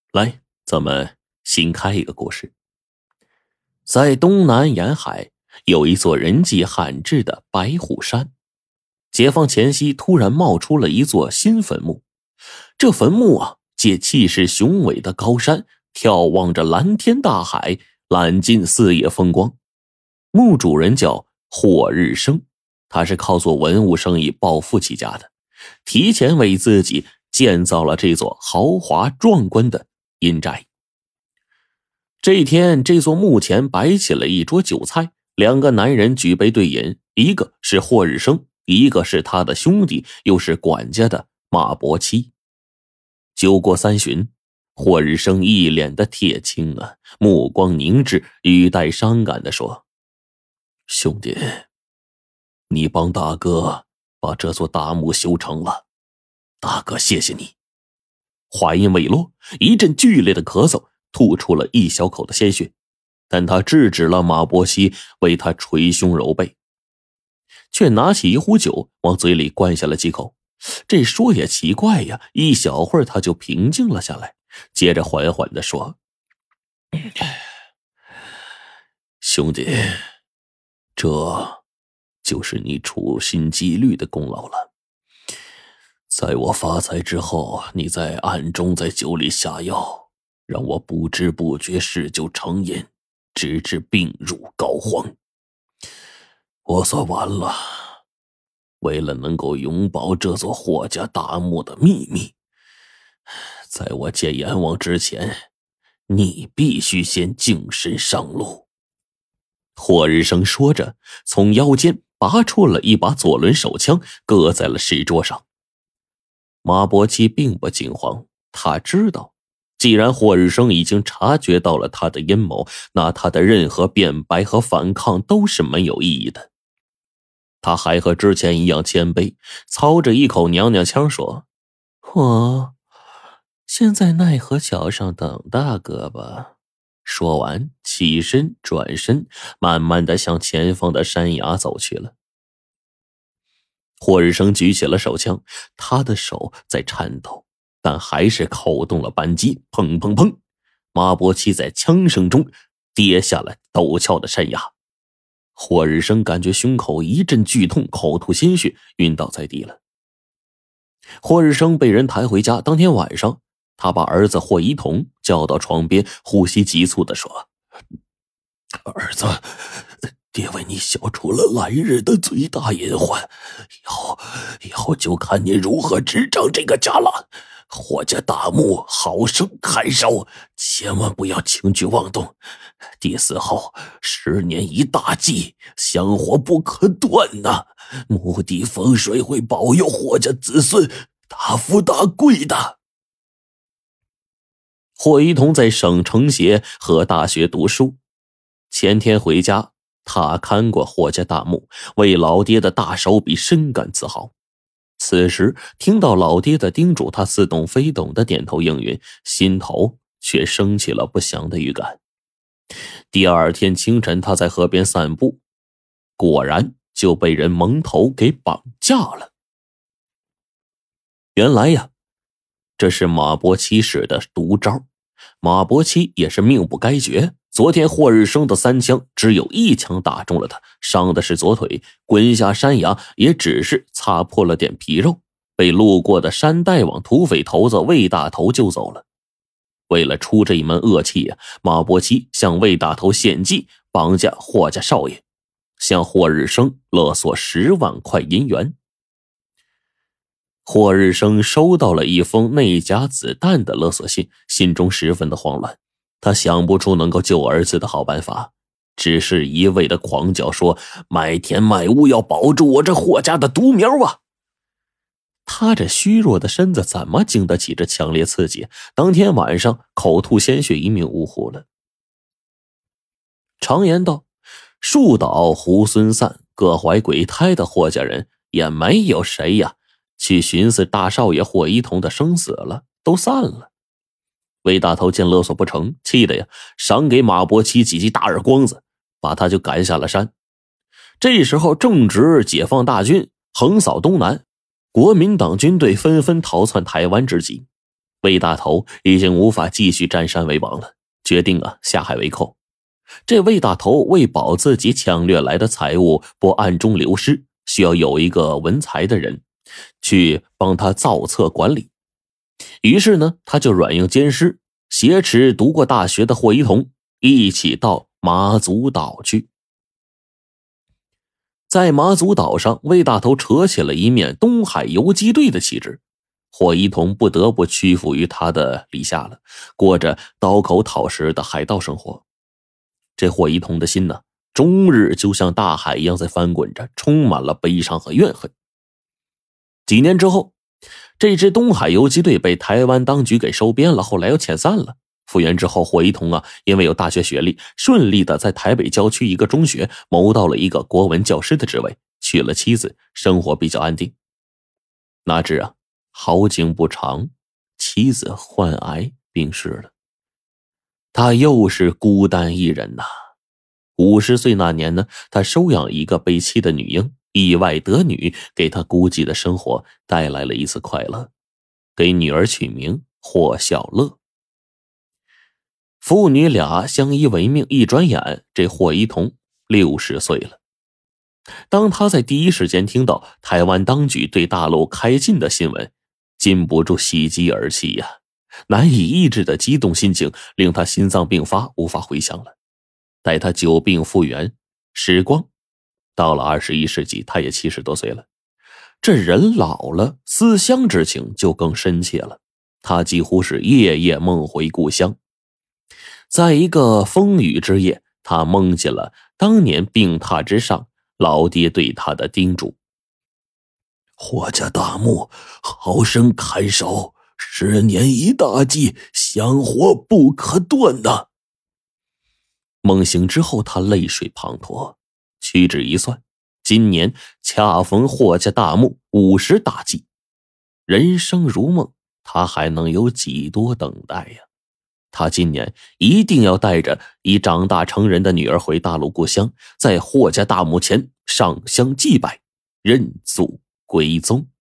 来，咱们新开一个故事。在东南沿海有一座人迹罕至的白虎山，解放前夕突然冒出了一座新坟墓。这坟墓借气势雄伟的高山，眺望着蓝天大海，揽尽四野风光。墓主人叫霍日生，他是靠做文物生意暴富起家的，提前为自己建造了这座豪华壮观的阴宅。这一天，这座墓前摆起了一桌酒菜，两个男人举杯对饮，一个是霍日生，一个是他的兄弟，又是管家的马伯期。酒过三巡，霍日生一脸的铁青目光凝滞，语带伤感地说：兄弟，你帮大哥把这座大墓修成了，大哥谢谢你。话音未落，一阵剧烈的咳嗽吐出了一小口的鲜血，但他制止了马伯希为他捶胸揉背，却拿起一壶酒往嘴里灌下了几口。这说也奇怪呀，一小会儿他就平静了下来，接着缓缓地说：兄弟，这就是你处心积虑的功劳了。在我发财之后，你在暗中在酒里下药，让我不知不觉嗜酒成瘾，直至病入膏肓。我算完了，为了能够永保这座霍家大墓的秘密，在我见阎王之前，你必须先净身上路。霍日生说着，从腰间拔出了一把左轮手枪，搁在了石桌上。马伯期并不惊慌，他知道既然霍日生已经察觉到了他的阴谋，那他的任何辩白和反抗都是没有意义的。他还和之前一样谦卑，操着一口娘娘腔说：我先在奈何桥上等大哥吧。说完起身转身，慢慢地向前方的山崖走去了。霍日生举起了手枪，他的手在颤抖，但还是扣动了扳机，砰砰砰，马伯期在枪声中跌下了陡峭的山崖。霍日生感觉胸口一阵剧痛，口吐鲜血，晕倒在地了。霍日生被人抬回家，当天晚上他把儿子霍一同叫到床边，呼吸急促地说：儿子，爹为你消除了来日的最大隐患，以后就看你如何执掌这个家了。霍家大墓好生看守，千万不要轻举妄动。爹死后10年一大祭，香火不可断呐。墓地风水会保佑霍家子孙大富大贵的。霍一同在省城协和大学读书，前天回家，他看过霍家大墓，为老爹的大手笔深感自豪。此时听到老爹的叮嘱，他似懂非懂的点头应允，心头却升起了不祥的预感。第二天清晨，他在河边散步，果然就被人蒙头给绑架了。原来呀，这是马伯期使的毒招。马伯期也是命不该绝，昨天霍日生的3枪只有1枪打中了他，伤的是左腿，滚下山崖也只是擦破了点皮肉，被路过的山大王土匪头子魏大头救走了。为了出这一门恶气马伯期向魏大头献计，绑架霍家少爷，向霍日生勒索10万块银元。霍日生收到了一封内夹子弹的勒索信，心中十分的慌乱。他想不出能够救儿子的好办法，只是一味的狂叫说：卖田卖物要保住我这霍家的独苗啊！他这虚弱的身子怎么经得起这强烈刺激？当天晚上口吐鲜血，一命呜呼了。常言道，树倒猢狲散，各怀鬼胎的霍家人也没有谁去寻思大少爷霍一同的生死了，都散了。魏大头见勒索不成，气得赏给马伯期几记大耳光子，把他就赶下了山。这时候正值解放大军横扫东南，国民党军队纷纷逃窜台湾之际， 魏大头已经无法继续占山为王了，决定下海为寇。这魏大头为保自己抢掠来的财物不暗中流失，需要有一个文才的人去帮他造册管理。于是呢，他就软硬兼施，挟持读过大学的霍一同一起到马祖岛去。在马祖岛上，魏大头扯起了一面东海游击队的旗帜，霍一同不得不屈服于他的理下了，过着刀口讨食的海盗生活。这霍一同的心呢，终日就像大海一样在翻滚着，充满了悲伤和怨恨。几年之后，这支东海游击队被台湾当局给收编了，后来又遣散了。复员之后，霍一同因为有大学学历，顺利的在台北郊区一个中学谋到了一个国文教师的职位，娶了妻子，生活比较安定。哪知好景不长，妻子患癌病逝了，他又是孤单一人呐。50岁那年呢，他收养一个被弃的女婴，意外得女，给他孤寂的生活带来了一丝快乐，给女儿取名霍小乐。父女俩相依为命，一转眼这霍一同60岁了。当他在第一时间听到台湾当局对大陆开禁的新闻，禁不住喜极而泣呀，难以抑制的激动心情令他心脏病发，无法回想了。待他久病复原，时光到了21世纪，他也70多岁了。这人老了，思乡之情就更深切了，他几乎是夜夜梦回故乡。在一个风雨之夜，他梦见了当年病榻之上老爹对他的叮嘱：霍家大墓好生看守，10年一大祭，香火不可断呐。梦醒之后，他泪水滂沱，屈指一算，今年恰逢霍家大墓50大祭。人生如梦，他还能有几多等待呀？他今年一定要带着已长大成人的女儿回大陆故乡，在霍家大墓前上香祭拜，认祖归宗。